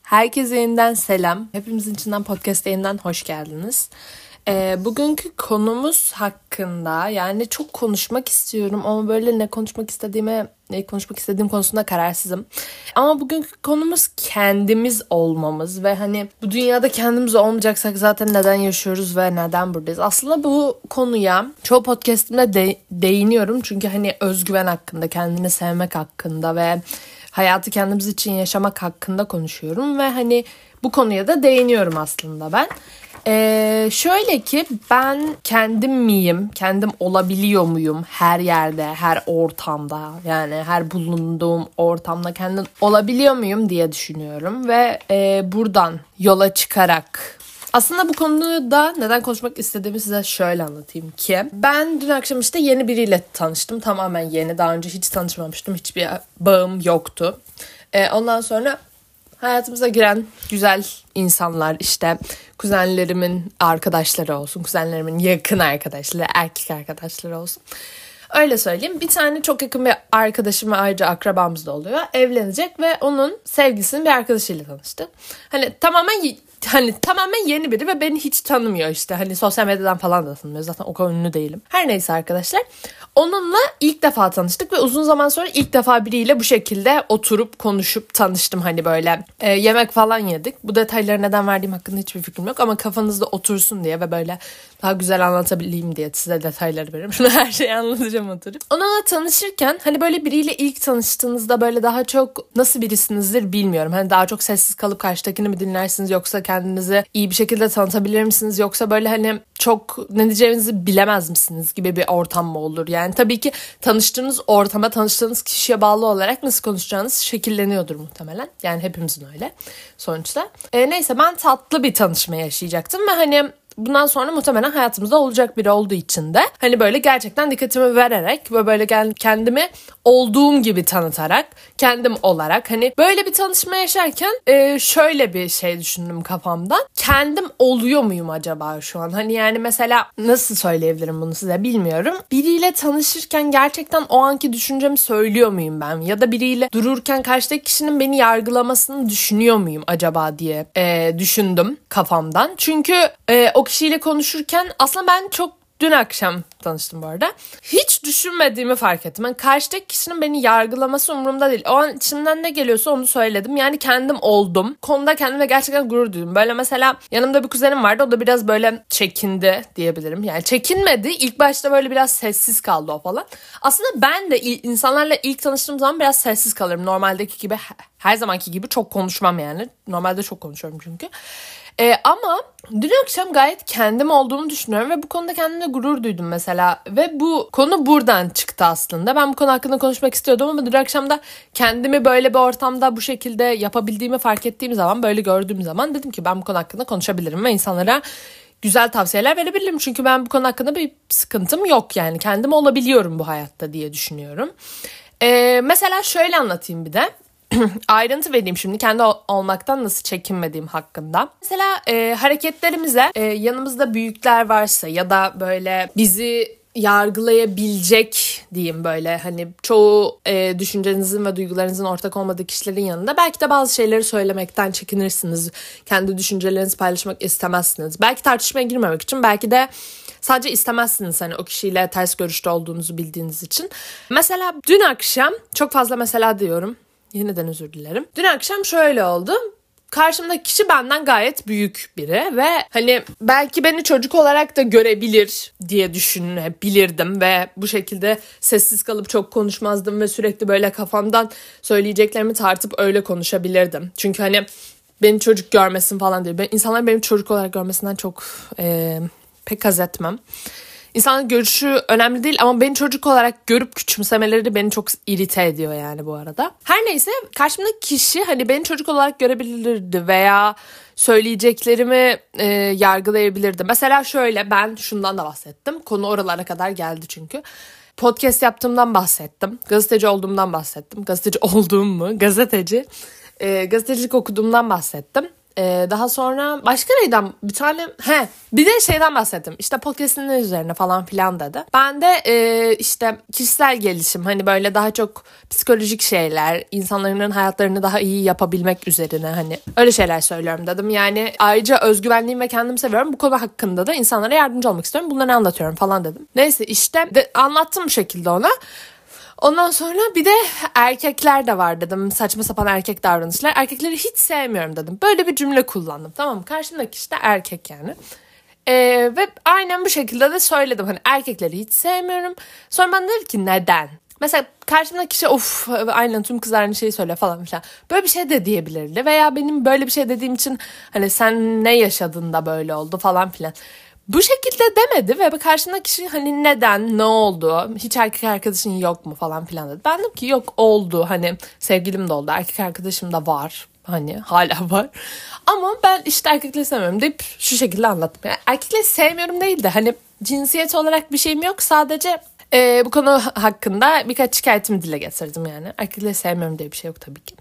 Herkese yeniden selam. Hepimizin içinden podcast yayından hoş geldiniz. Bugünkü konumuz hakkında yani çok konuşmak istiyorum ama böyle ne konuşmak istediğim konusunda kararsızım. Ama bugünkü konumuz kendimiz olmamız ve hani bu dünyada kendimiz olmayacaksak zaten neden yaşıyoruz ve neden buradayız? Aslında bu konuya çoğu podcastimde değiniyorum çünkü hani özgüven hakkında, kendini sevmek hakkında ve hayatı kendimiz için yaşamak hakkında konuşuyorum ve hani bu konuya da değiniyorum aslında ben. Şöyle ki ben kendim miyim, kendim olabiliyor muyum her yerde, her ortamda yani her bulunduğum ortamda kendim olabiliyor muyum diye düşünüyorum ve buradan yola çıkarak aslında bu konuda neden konuşmak istediğimi size şöyle anlatayım ki ben dün akşam işte yeni biriyle tanıştım. Tamamen yeni. Daha önce hiç tanışmamıştım. Hiçbir bağım yoktu. Ondan sonra hayatımıza giren güzel insanlar işte kuzenlerimin arkadaşları olsun. Kuzenlerimin yakın arkadaşları, erkek arkadaşları olsun. Öyle söyleyeyim. Bir tane çok yakın bir arkadaşım ve ayrıca akrabamız da oluyor. Evlenecek ve onun sevgilisinin bir arkadaşıyla tanıştı. Hani tamamen yeni biri ve beni hiç tanımıyor işte. Hani sosyal medyadan falan da tanımıyor. Zaten o kadar ünlü değilim. Her neyse arkadaşlar. Onunla ilk defa tanıştık ve uzun zaman sonra ilk defa biriyle bu şekilde oturup konuşup tanıştım. Hani böyle yemek falan yedik. Bu detayları neden verdiğim hakkında hiçbir fikrim yok ama kafanızda otursun diye ve böyle daha güzel anlatabileyim diye size detayları veririm. Şunu her şeyi anlatacağım oturup. Onunla tanışırken hani böyle biriyle ilk tanıştığınızda böyle daha çok nasıl birisinizdir bilmiyorum. Hani daha çok sessiz kalıp karşıdakini mi dinlersiniz yoksa kendinizi iyi bir şekilde tanıtabilir misiniz yoksa böyle hani çok ne diyeceğinizi bilemez misiniz gibi bir ortam mı olur? Yani tabii ki tanıştığınız ortama, tanıştığınız kişiye bağlı olarak nasıl konuşacağınız şekilleniyordur muhtemelen. Yani hepimizin öyle sonuçta. Neyse ben tatlı bir tanışma yaşayacaktım ve hani bundan sonra muhtemelen hayatımızda olacak biri olduğu için de hani böyle gerçekten dikkatimi vererek ve böyle kendimi olduğum gibi tanıtarak, kendim olarak hani böyle bir tanışma yaşarken şöyle bir şey düşündüm kafamda. Kendim oluyor muyum acaba şu an? Hani yani mesela nasıl söyleyebilirim bunu size bilmiyorum. Biriyle tanışırken gerçekten o anki düşüncemi söylüyor muyum ben? Ya da biriyle dururken karşıdaki kişinin beni yargılamasını düşünüyor muyum acaba diye düşündüm kafamdan. Çünkü o kişiyle konuşurken aslında ben dün akşam tanıştım bu arada. Hiç düşünmediğimi fark ettim. Yani karşıdaki kişinin beni yargılaması umurumda değil. O an içimden ne geliyorsa onu söyledim. Yani kendim oldum. Konuda kendime gerçekten gurur duydum. Böyle mesela yanımda bir kuzenim vardı. O da biraz böyle çekindi diyebilirim. Yani çekinmedi. İlk başta böyle biraz sessiz kaldı o falan. Aslında ben de insanlarla ilk tanıştığım zaman biraz sessiz kalırım. Normaldeki gibi, her zamanki gibi çok konuşmam yani. Normalde çok konuşuyorum çünkü. Ama dün akşam gayet kendim olduğumu düşünüyorum ve bu konuda kendimle gurur duydum mesela. Ve bu konu buradan çıktı aslında. Ben bu konu hakkında konuşmak istiyordum ama dün akşam da kendimi böyle bir ortamda bu şekilde yapabildiğimi fark ettiğim zaman, böyle gördüğüm zaman dedim ki ben bu konu hakkında konuşabilirim ve insanlara güzel tavsiyeler verebilirim. Çünkü ben bu konu hakkında bir sıkıntım yok yani. Kendim olabiliyorum bu hayatta diye düşünüyorum. Mesela şöyle anlatayım bir de. Ayrıntı vereyim şimdi kendi olmaktan nasıl çekinmediğim hakkında. Mesela hareketlerimize yanımızda büyükler varsa ya da böyle bizi yargılayabilecek diyeyim böyle hani çoğu düşüncenizin ve duygularınızın ortak olmadığı kişilerin yanında belki de bazı şeyleri söylemekten çekinirsiniz. Kendi düşüncelerinizi paylaşmak istemezsiniz. Belki tartışmaya girmemek için, belki de sadece istemezsiniz hani o kişiyle ters görüşte olduğunuzu bildiğiniz için. Mesela dün akşam çok fazla mesela diyorum. Yeniden özür dilerim. Dün akşam şöyle oldu. Karşımdaki kişi benden gayet büyük biri ve hani belki beni çocuk olarak da görebilir diye düşünebilirdim ve bu şekilde sessiz kalıp çok konuşmazdım ve sürekli böyle kafamdan söyleyeceklerimi tartıp öyle konuşabilirdim. Çünkü hani beni çocuk görmesin falan diye. İnsanlar benim çocuk olarak görmesinden çok pek haz etmem. İnsanın görüşü önemli değil ama beni çocuk olarak görüp küçümsemeleri beni çok irite ediyor yani bu arada. Her neyse karşımdaki kişi hani beni çocuk olarak görebilirdi veya söyleyeceklerimi yargılayabilirdi. Mesela şöyle, ben şundan da bahsettim. Konu oralara kadar geldi çünkü. Podcast yaptığımdan bahsettim. Gazeteci olduğumdan bahsettim. Gazeteci olduğum mu? Gazetecilik okuduğumdan bahsettim. Daha sonra başka neyden bir tane bir de şeyden bahsettim. İşte podcast'in üzerine falan filan dedi. Ben de işte kişisel gelişim, hani böyle daha çok psikolojik şeyler, insanların hayatlarını daha iyi yapabilmek üzerine hani öyle şeyler söylüyorum dedim. Yani ayrıca özgüvenliğim ve kendimi seviyorum. Bu konu hakkında da insanlara yardımcı olmak istiyorum. Bunları anlatıyorum falan dedim. Neyse işte anlattım bu şekilde ona. Ondan sonra bir de erkekler de var dedim. Saçma sapan erkek davranışlar. Erkekleri hiç sevmiyorum dedim. Böyle bir cümle kullandım. Tamam mı? Karşımdaki işte erkek yani. Ve aynen bu şekilde de söyledim. Hani erkekleri hiç sevmiyorum. Sonra ben dedim ki neden? Mesela karşımdaki kişi aynen tüm kızlar aynı şeyi söyle falan filan. Böyle bir şey de diyebilirdi. Veya benim böyle bir şey dediğim için hani sen ne yaşadın da böyle oldu falan filan. Bu şekilde demedi ve karşımdaki kişi hani neden, ne oldu, hiç erkek arkadaşın yok mu falan filan dedi. Ben dedim ki yok, oldu, hani sevgilim de oldu, erkek arkadaşım da var, hani hala var. Ama ben işte erkekleri sevmiyorum deyip şu şekilde anlattım. Yani erkekleri sevmiyorum değil de hani cinsiyet olarak bir şeyim yok, sadece bu konu hakkında birkaç şikayetimi dile getirdim yani. Erkekleri sevmiyorum diye bir şey yok tabii ki.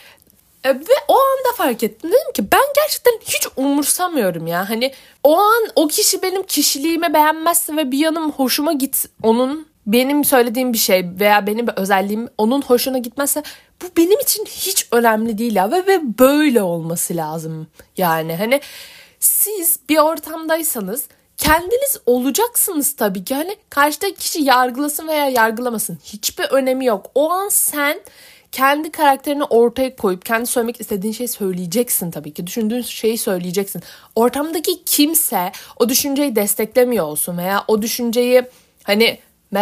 Ve o anda fark ettim. Dedim ki ben gerçekten hiç umursamıyorum ya. Hani o an o kişi benim kişiliğimi beğenmezse ve bir yanım hoşuma onun benim söylediğim bir şey veya benim bir özelliğim onun hoşuna gitmezse bu benim için hiç önemli değil ya. Ve böyle olması lazım. Yani hani siz bir ortamdaysanız kendiniz olacaksınız tabii ki. Hani karşıdaki kişi yargılasın veya yargılamasın, hiçbir önemi yok. O an sen kendi karakterini ortaya koyup kendi söylemek istediğin şeyi söyleyeceksin tabii ki. Düşündüğün şeyi söyleyeceksin. Ortamdaki kimse o düşünceyi desteklemiyor olsun veya o düşünceyi hani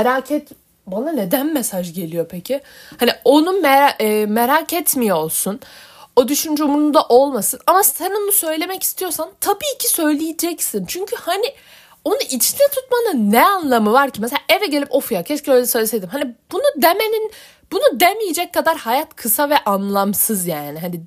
bana neden mesaj geliyor peki? Hani onu merak etmiyor olsun. O düşünce umurunda olmasın. Ama sen onu söylemek istiyorsan tabii ki söyleyeceksin. Çünkü hani onu içte tutmanın ne anlamı var ki? Mesela eve gelip of ya keşke öyle söyleseydim. Hani bunu demeyecek kadar hayat kısa ve anlamsız yani. Hani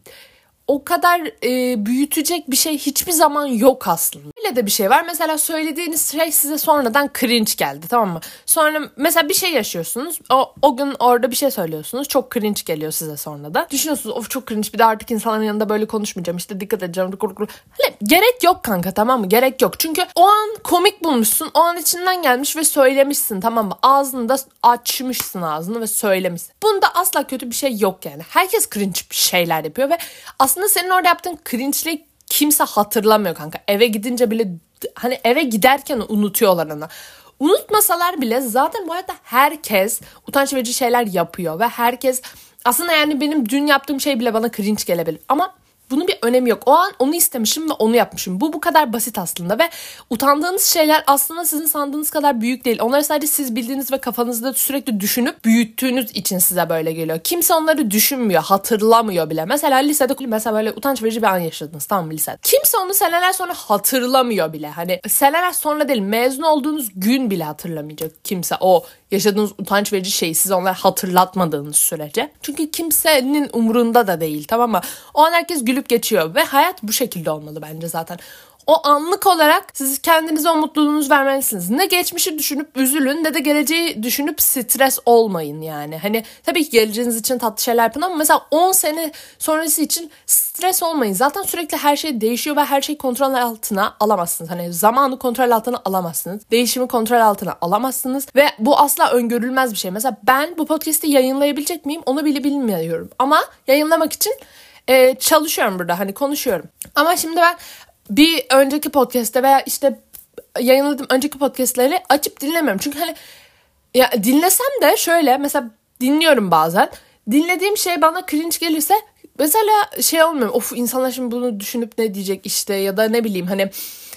o kadar büyütecek bir şey hiçbir zaman yok aslında. Öyle de bir şey var. Mesela söylediğiniz şey size sonradan cringe geldi, tamam mı? Sonra mesela bir şey yaşıyorsunuz. O gün orada bir şey söylüyorsunuz. Çok cringe geliyor size sonra da. Düşünüyorsunuz of çok cringe, bir de artık insanların yanında böyle konuşmayacağım. İşte dikkat edeceğim. Hani gerek yok kanka, tamam mı? Gerek yok. Çünkü o an komik bulmuşsun. O an içinden gelmiş ve söylemişsin, tamam mı? Ağzında açmışsın ağzını ve söylemişsin. Bunda asla kötü bir şey yok yani. Herkes cringe şeyler yapıyor ve aslında senin orada yaptığın cringe'lik kimse hatırlamıyor kanka. Eve gidince bile hani eve giderken unutuyorlar onu. Unutmasalar bile zaten bu hayatta herkes utanç verici şeyler yapıyor ve herkes aslında yani benim dün yaptığım şey bile bana cringe gelebilir. Ama bunun bir önemi yok. O an onu istemişim ve onu yapmışım. Bu kadar basit aslında ve utandığınız şeyler aslında sizin sandığınız kadar büyük değil. Onları sadece siz bildiğiniz ve kafanızda sürekli düşünüp büyüttüğünüz için size böyle geliyor. Kimse onları düşünmüyor, hatırlamıyor bile. Mesela lisede böyle utanç verici bir an yaşadınız, tamam mı, lisede? Kimse onu seneler sonra hatırlamıyor bile. Hani seneler sonra değil, mezun olduğunuz gün bile hatırlamayacak kimse o yaşadığınız utanç verici şeyi size onları hatırlatmadığınız sürece. Çünkü kimsenin umurunda da değil, tamam mı? O an herkes gülüp geçiyor ve hayat bu şekilde olmalı bence zaten. O anlık olarak siz kendinize o mutluluğunuzu vermelisiniz. Ne geçmişi düşünüp üzülün ne de geleceği düşünüp stres olmayın yani. Hani tabii ki geleceğiniz için tatlı şeyler yapın ama mesela 10 sene sonrası için stres olmayın. Zaten sürekli her şey değişiyor ve her şeyi kontrol altına alamazsınız. Hani zamanı kontrol altına alamazsınız. Değişimi kontrol altına alamazsınız ve bu asla öngörülmez bir şey. Mesela ben bu podcast'i yayınlayabilecek miyim onu bile bilmiyorum. Ama yayınlamak için çalışıyorum burada, hani konuşuyorum. Ama şimdi ben bir önceki podcast'te veya işte yayınladığım önceki podcast'leri açıp dinlemiyorum. Çünkü hani ya dinlesem de şöyle mesela dinliyorum bazen. Dinlediğim şey bana cringe gelirse mesela şey olmuyor. Of insanlar şimdi bunu düşünüp ne diyecek işte ya da ne bileyim hani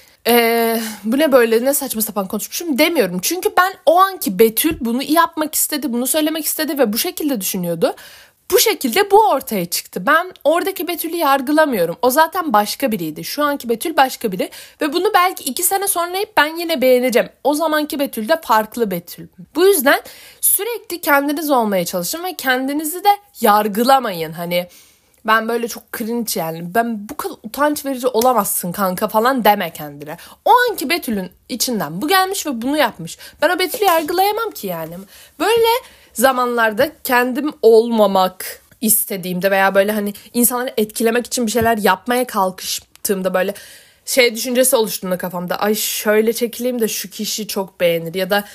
bu ne böyle, ne saçma sapan konuşmuşum demiyorum. Çünkü ben o anki Betül bunu yapmak istedi, bunu söylemek istedi ve bu şekilde düşünüyordu. Bu şekilde bu ortaya çıktı. Ben oradaki Betül'ü yargılamıyorum. O zaten başka biriydi. Şu anki Betül başka biri. Ve bunu belki 2 sene sonra ben yine beğeneceğim. O zamanki Betül de farklı Betül. Bu yüzden sürekli kendiniz olmaya çalışın ve kendinizi de yargılamayın. Hani ben böyle çok cringe yani. Ben bu kadar utanç verici olamazsın kanka falan deme kendine. O anki Betül'ün içinden bu gelmiş ve bunu yapmış. Ben o Betül'ü yargılayamam ki yani. Böyle zamanlarda kendim olmamak istediğimde veya böyle hani insanları etkilemek için bir şeyler yapmaya kalkıştığımda böyle şey düşüncesi oluştuğunda kafamda, ay şöyle çekileyim de şu kişi çok beğenir ya da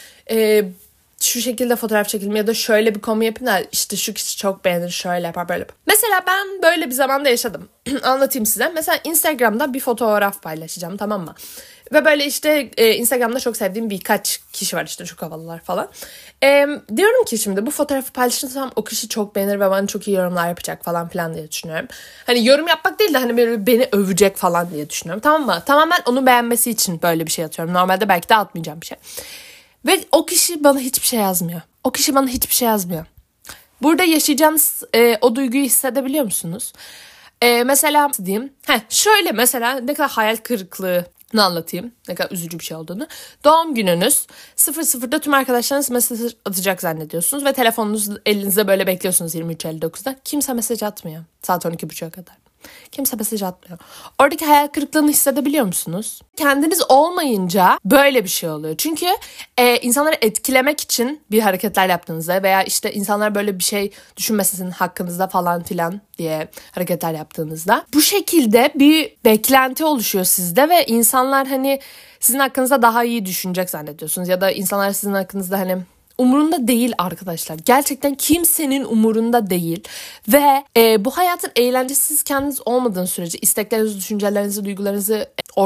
şu şekilde fotoğraf çekileyim ya da şöyle bir kombi yapayım da işte şu kişi çok beğenir, şöyle yapar, böyle yapar. Mesela ben böyle bir zamanda yaşadım. Anlatayım size. Mesela Instagram'da bir fotoğraf paylaşacağım, tamam mı? Ve böyle işte Instagram'da çok sevdiğim birkaç kişi var, işte çok havalılar falan. Diyorum ki şimdi bu fotoğrafı paylaşırsam o kişi çok beğenir ve bana çok iyi yorumlar yapacak falan filan diye düşünüyorum. Hani yorum yapmak değil de hani böyle beni övecek falan diye düşünüyorum, tamam mı? Tamamen onu beğenmesi için böyle bir şey atıyorum. Normalde belki de atmayacağım bir şey. Ve o kişi bana hiçbir şey yazmıyor. O kişi bana hiçbir şey yazmıyor. Burada yaşayacağınız o duyguyu hissedebiliyor musunuz? Mesela diyeyim. Şöyle mesela ne kadar hayal kırıklığını anlatayım. Ne kadar üzücü bir şey olduğunu. Doğum gününüz 00'da tüm arkadaşlarınız mesaj atacak zannediyorsunuz. Ve telefonunuz elinizde böyle bekliyorsunuz 23.59'da. Kimse mesaj atmıyor saat 12.30'a kadar. Kimse mesaj atmıyor. Oradaki hayal kırıklığını hissedebiliyor musunuz? Kendiniz olmayınca böyle bir şey oluyor. Çünkü insanları etkilemek için bir hareketler yaptığınızda veya işte insanlar böyle bir şey düşünmesin hakkınızda falan filan diye hareketler yaptığınızda bu şekilde bir beklenti oluşuyor sizde ve insanlar hani sizin hakkınızda daha iyi düşünecek zannediyorsunuz ya da insanlar sizin hakkınızda hani umurunda değil arkadaşlar. Gerçekten kimsenin umurunda değil. Ve bu hayatın eğlencesiz kendiniz olmadığınız sürece, isteklerinizi, düşüncelerinizi, duygularınızı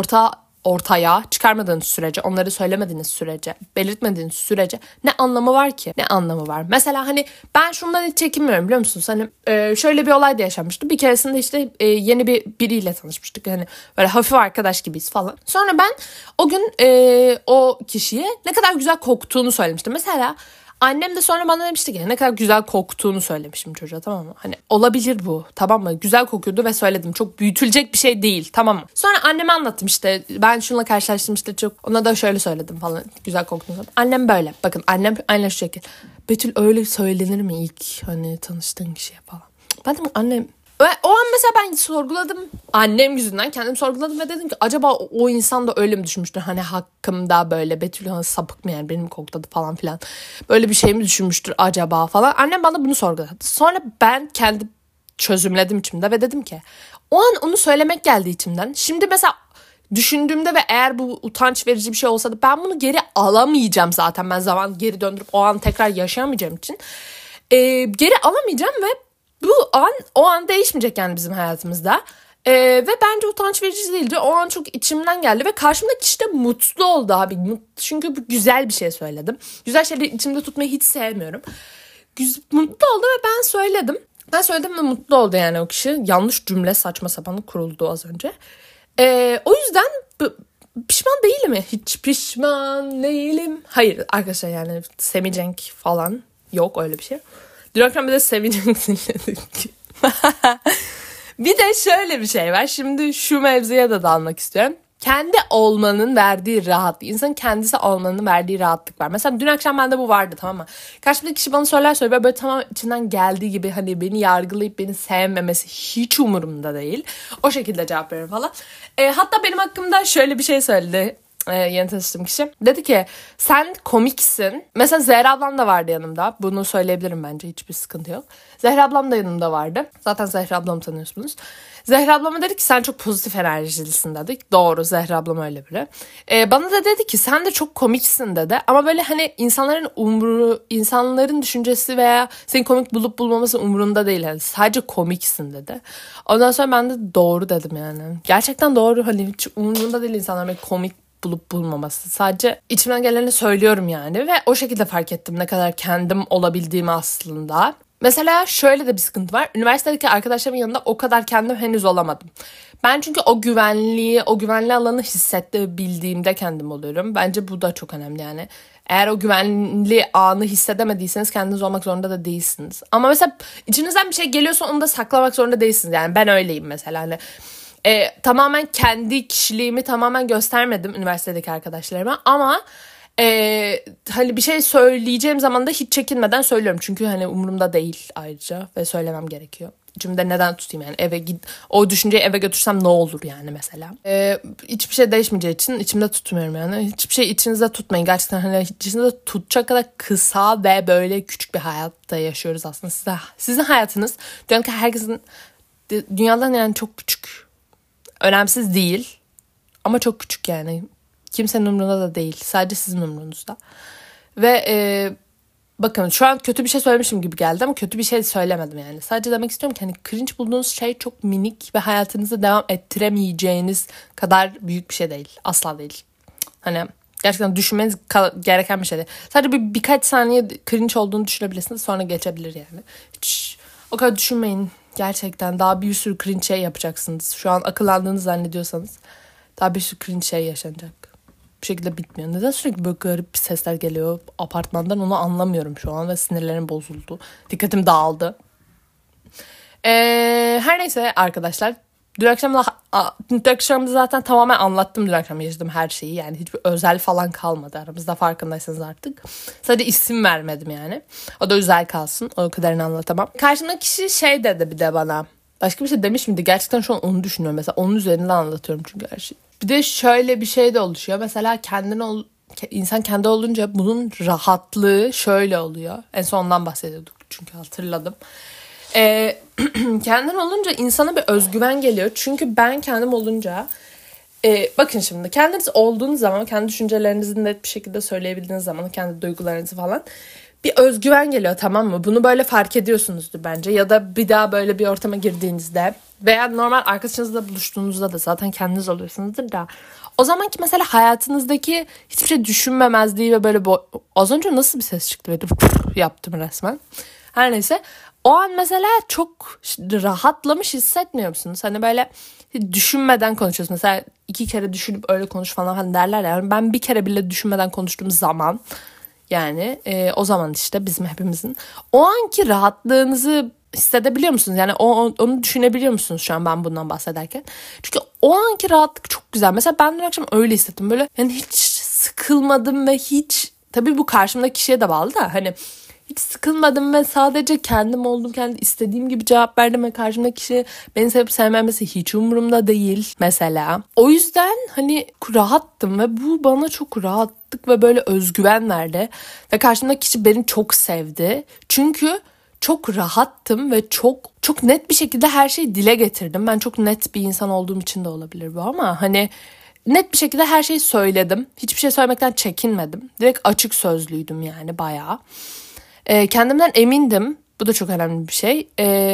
ortaya çıkarmadığınız sürece, onları söylemediğiniz sürece, belirtmediğiniz sürece ne anlamı var ki? Ne anlamı var? Mesela hani ben şundan hiç çekinmiyorum, biliyor musunuz? Hani şöyle bir olay da yaşanmıştı. Bir keresinde işte yeni biriyle tanışmıştık. Hani böyle hafif arkadaş gibiyiz falan. Sonra ben o gün o kişiye ne kadar güzel koktuğunu söylemiştim. Mesela annem de sonra bana demişti ki ne kadar güzel koktuğunu söylemişim çocuğa, tamam mı? Hani olabilir bu, tamam mı? Güzel kokuyordu ve söyledim. Çok büyütülecek bir şey değil, tamam mı? Sonra anneme anlattım işte ben şununla karşılaştım işte çok, ona da şöyle söyledim falan, güzel koktuğunu söyledim. Annem böyle, bakın annem aynen şu şekil. Betül öyle söylenir mi ilk hani tanıştığın kişiye falan? Ben dedim annem. Ve o an mesela ben sorguladım. Annem yüzünden kendim sorguladım ve dedim ki acaba o insan da öyle mi düşünmüştür? Hani hakkımda böyle Betül hani sapık mı yani, benim kokladı falan filan. Böyle bir şey mi düşünmüştür acaba falan. Annem bana bunu sorguladı. Sonra ben kendim çözümledim içimde ve dedim ki o an onu söylemek geldi içimden. Şimdi mesela düşündüğümde ve eğer bu utanç verici bir şey olsa da ben bunu geri alamayacağım zaten. Ben zaman geri döndürüp o an tekrar yaşayamayacağım için. Geri alamayacağım ve o an değişmeyecek yani bizim hayatımızda. Ve bence utanç verici değildi. O an çok içimden geldi ve karşımdaki kişi de mutlu oldu abi. Çünkü bu güzel bir şey söyledim. Güzel şeyleri içimde tutmayı hiç sevmiyorum. Mutlu oldu ve ben söyledim. Ben söyledim ve mutlu oldu yani o kişi. Yanlış cümle saçma sapan kuruldu az önce. O yüzden pişman değilim. Hiç pişman değilim. Hayır arkadaşlar yani Semih Cenk falan yok öyle bir şey. Dün akşam bir de Semih Cenk dinledik. Bir de şöyle bir şey var. Şimdi şu mevzuya da dalmak istiyorum. Kendi olmanın verdiği rahatlık. İnsanın kendisi olmanın verdiği rahatlık var. Mesela dün akşam bende bu vardı, tamam mı? Karşımdaki kişi bana söyler böyle tamam içinden geldiği gibi hani beni yargılayıp beni sevmemesi hiç umurumda değil. O şekilde cevap veriyorum falan. Hatta benim hakkımda şöyle bir şey söyledi. Yeni tanıştığım kişi. Dedi ki sen komiksin. Mesela Zehra ablam da vardı yanımda. Bunu söyleyebilirim bence, hiçbir sıkıntı yok. Zehra ablam da yanımda vardı. Zaten Zehra ablamı tanıyorsunuz. Zehra ablama dedi ki sen çok pozitif enerjilisin dedik. Doğru, Zehra ablam öyle biri. Bana da dedi ki sen de çok komiksin dedi. Ama böyle hani insanların düşüncesi veya seni komik bulup bulmaması umurunda değil. Yani sadece komiksin dedi. Ondan sonra ben de doğru dedim yani. Gerçekten doğru, hani hiç umurunda değil insanlar böyle komik bulup bulmaması. Sadece içimden geleni söylüyorum yani ve o şekilde fark ettim ne kadar kendim olabildiğimi aslında. Mesela şöyle de bir sıkıntı var. Üniversitedeki arkadaşlarımın yanında o kadar kendim henüz olamadım. Ben çünkü o güvenli alanı hissedebildiğimde kendim oluyorum. Bence bu da çok önemli yani. Eğer o güvenli anı hissedemediyseniz kendiniz olmak zorunda da değilsiniz. Ama mesela içinizden bir şey geliyorsa onu da saklamak zorunda değilsiniz. Yani ben öyleyim mesela. Hani tamamen kendi kişiliğimi tamamen göstermedim üniversitedeki arkadaşlarıma ama hani bir şey söyleyeceğim zaman da hiç çekinmeden söylüyorum çünkü hani umurumda değil ayrıca ve söylemem gerekiyor. İçimde neden tutayım yani, eve git, o düşünceyi eve götürsem ne olur yani mesela. Hiçbir şey değişmeyeceği için içimde tutmuyorum yani. Hiçbir şey içinizde tutmayın. Gerçekten hani içinizde tutacak kadar kısa ve böyle küçük bir hayatta yaşıyoruz aslında. Sizin hayatınız dünyadaki herkesin, dünyadan yani çok küçük. Önemsiz değil ama çok küçük yani. Kimsenin umrunda da değil. Sadece sizin umrunuzda. Ve bakın şu an kötü bir şey söylemişim gibi geldi ama kötü bir şey söylemedim yani. Sadece demek istiyorum ki hani cringe bulduğunuz şey çok minik ve hayatınızı devam ettiremeyeceğiniz kadar büyük bir şey değil. Asla değil. Hani gerçekten düşünmeniz gereken bir şey değil. Sadece birkaç saniye cringe olduğunu düşünebilirsiniz, sonra geçebilir yani. Hiç o kadar düşünmeyin. Gerçekten daha bir sürü cringe şey yapacaksınız. Şu an akıllandığınızı zannediyorsanız daha bir sürü cringe şey yaşanacak. Bir şekilde bitmiyor. Neden sürekli böyle garip sesler geliyor apartmandan, onu anlamıyorum şu an ve sinirlerim bozuldu. Dikkatim dağıldı. Her neyse arkadaşlar. Dün akşam zaten tamamen anlattım, dün akşam yaşadığım her şeyi. Yani hiçbir özel falan kalmadı aramızda, farkındaysanız artık. Sadece isim vermedim yani. O da özel kalsın. O kadarını anlatamam. Karşımdaki kişi şey dedi bir de bana. Başka bir şey demiş miydi? Gerçekten şu an onu düşünüyorum. Mesela onun üzerinden anlatıyorum çünkü her şeyi. Bir de şöyle bir şey de oluşuyor. Mesela insan kendi olunca bunun rahatlığı şöyle oluyor. En son ondan bahsediyorduk çünkü hatırladım. Kendin olunca insana bir özgüven geliyor. Çünkü ben kendim olunca bakın şimdi kendiniz olduğunuz zaman, kendi düşüncelerinizi net bir şekilde söyleyebildiğiniz zaman, kendi duygularınızı falan, bir özgüven geliyor, tamam mı? Bunu böyle fark ediyorsunuzdur bence. Ya da bir daha böyle bir ortama girdiğinizde veya normal arkadaşınızla buluştuğunuzda da zaten kendiniz oluyorsunuzdur da. O zamanki mesela hayatınızdaki hiçbir şey düşünmemezliği ve böyle az önce nasıl bir ses çıktı? Böyle yaptım resmen. Her neyse. O an mesela çok rahatlamış hissetmiyor musunuz? Hani böyle düşünmeden konuşuyorsun. Mesela 2 kere düşünüp öyle konuş falan derler ya. Yani ben bir kere bile düşünmeden konuştuğum zaman, yani o zaman işte bizim hepimizin o anki rahatlığınızı hissedebiliyor musunuz? Yani onu düşünebiliyor musunuz şu an ben bundan bahsederken? Çünkü o anki rahatlık çok güzel. Mesela ben dün akşam öyle hissettim. Böyle yani hiç sıkılmadım ve hiç, tabii bu karşımdaki kişiye de bağlı da, hani hiç sıkılmadım ve sadece kendim oldum. Kendi istediğim gibi cevap verdim ve karşımdaki kişi beni sevip sevmemesi hiç umurumda değil mesela. O yüzden hani rahattım ve bu bana çok rahatlık ve böyle özgüven verdi. Ve karşımdaki kişi beni çok sevdi. Çünkü çok rahattım ve çok net bir şekilde her şeyi dile getirdim. Ben çok net bir insan olduğum için de olabilir bu ama hani net bir şekilde her şeyi söyledim. Hiçbir şey söylemekten çekinmedim. Direkt açık sözlüydüm yani bayağı. Kendimden emindim. Bu da çok önemli bir şey.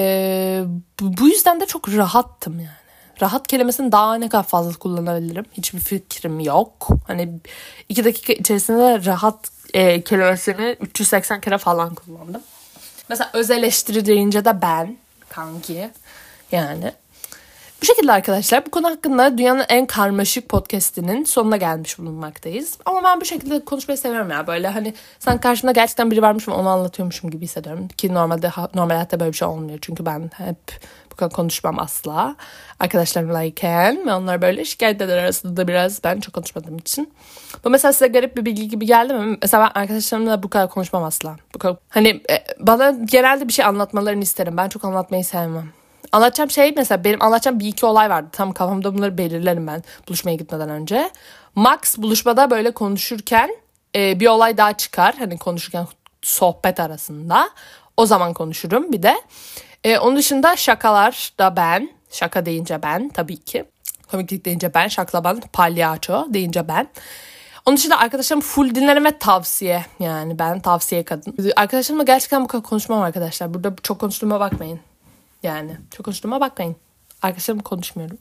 Bu yüzden de çok rahattım yani. Rahat kelimesini daha ne kadar fazla kullanabilirim? Hiçbir fikrim yok. Hani 2 dakika içerisinde rahat kelimesini 380 kere falan kullandım. Mesela öz eleştiri deyince de ben kanki yani. Bu şekilde arkadaşlar, bu konu hakkında dünyanın en karmaşık podcast'inin sonuna gelmiş bulunmaktayız. Ama ben bu şekilde konuşmayı seviyorum ya. Böyle hani sen karşımda gerçekten biri varmış ve onu anlatıyormuşum gibi hissediyorum. Ki normal hayatta böyle bir şey olmuyor. Çünkü ben hep bu kadar konuşmam asla. Arkadaşlarımlayken ve onlar böyle şikayet eder arasında da biraz ben çok konuşmadığım için. Bu mesela size garip bir bilgi gibi geldi mi? Mesela ben arkadaşlarımla bu kadar konuşmam asla. Bu kadar, hani bana genelde bir şey anlatmalarını isterim. Ben çok anlatmayı sevmem. Anlatacağım şey, mesela benim anlatacağım 1-2 olay vardı. Tam kafamda bunları belirlerim ben buluşmaya gitmeden önce. Max buluşmada böyle konuşurken bir olay daha çıkar. Hani konuşurken sohbet arasında. O zaman konuşurum bir de. Onun dışında şakalar da ben. Şaka deyince ben tabii ki. Komiklik deyince ben. Şaklaban, palyaço deyince ben. Onun dışında arkadaşlarım full dinlerim ve tavsiye. Yani ben tavsiye kadın. Arkadaşlarımla gerçekten bu kadar konuşmam arkadaşlar. Burada çok konuştuğuma bakmayın. Yani çok konuştuğuma bakmayın. Arkadaşlarımla konuşmuyorum.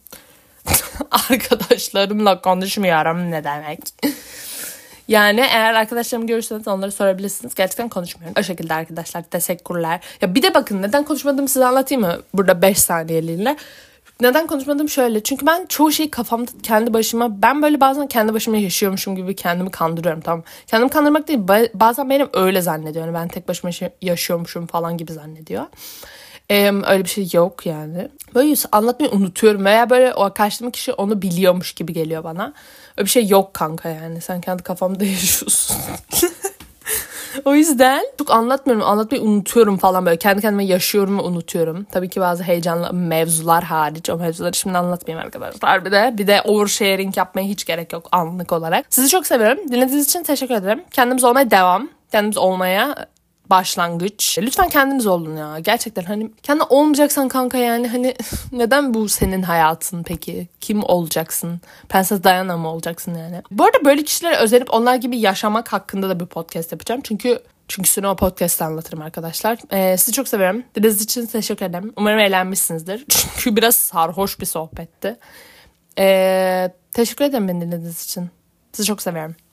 Arkadaşlarımla konuşmuyorum ne demek? Yani eğer arkadaşlarımı görürseniz onları sorabilirsiniz. Gerçekten konuşmuyorum. O şekilde arkadaşlar, teşekkürler. Ya bir de bakın, neden konuşmadığımı size anlatayım mı? Burada 5 saniyeliğine. Neden konuşmadığım şöyle. Çünkü ben çoğu şeyi kafamda kendi başıma, ben böyle bazen kendi başıma yaşıyormuşum gibi kendimi kandırıyorum, tamam. Kendimi kandırmak değil. Bazen benim öyle zannediyorum. Ben tek başıma yaşıyormuşum falan gibi zannediyor. Öyle bir şey yok yani. Böyle anlatmayı unutuyorum veya böyle o karşımdaki kişi onu biliyormuş gibi geliyor bana. Öyle bir şey yok kanka yani. Sen kendi kafamda yaşıyorsun. O yüzden çok anlatmıyorum. Anlatmayı unutuyorum falan böyle. Kendi kendime yaşıyorum ve unutuyorum. Tabii ki bazı heyecanlı mevzular hariç. O mevzuları şimdi anlatmayayım arkadaşlar. Bir de oversharing yapmaya hiç gerek yok anlık olarak. Sizi çok seviyorum. Dinlediğiniz için teşekkür ederim. Kendimiz olmaya devam. Kendimiz olmaya başlangıç. Lütfen kendiniz olun ya. Gerçekten hani kendi olmayacaksan kanka yani hani neden bu senin hayatın peki? Kim olacaksın? Prenses Diana mı olacaksın yani? Bu arada böyle kişilere özenip onlar gibi yaşamak hakkında da bir podcast yapacağım. Çünkü o podcast'ta anlatırım arkadaşlar. Sizi çok seviyorum. Dinlediğiniz için teşekkür ederim. Umarım eğlenmişsinizdir. Çünkü biraz sarhoş bir sohbetti. Teşekkür ederim beni dinlediğiniz için. Sizi çok seviyorum.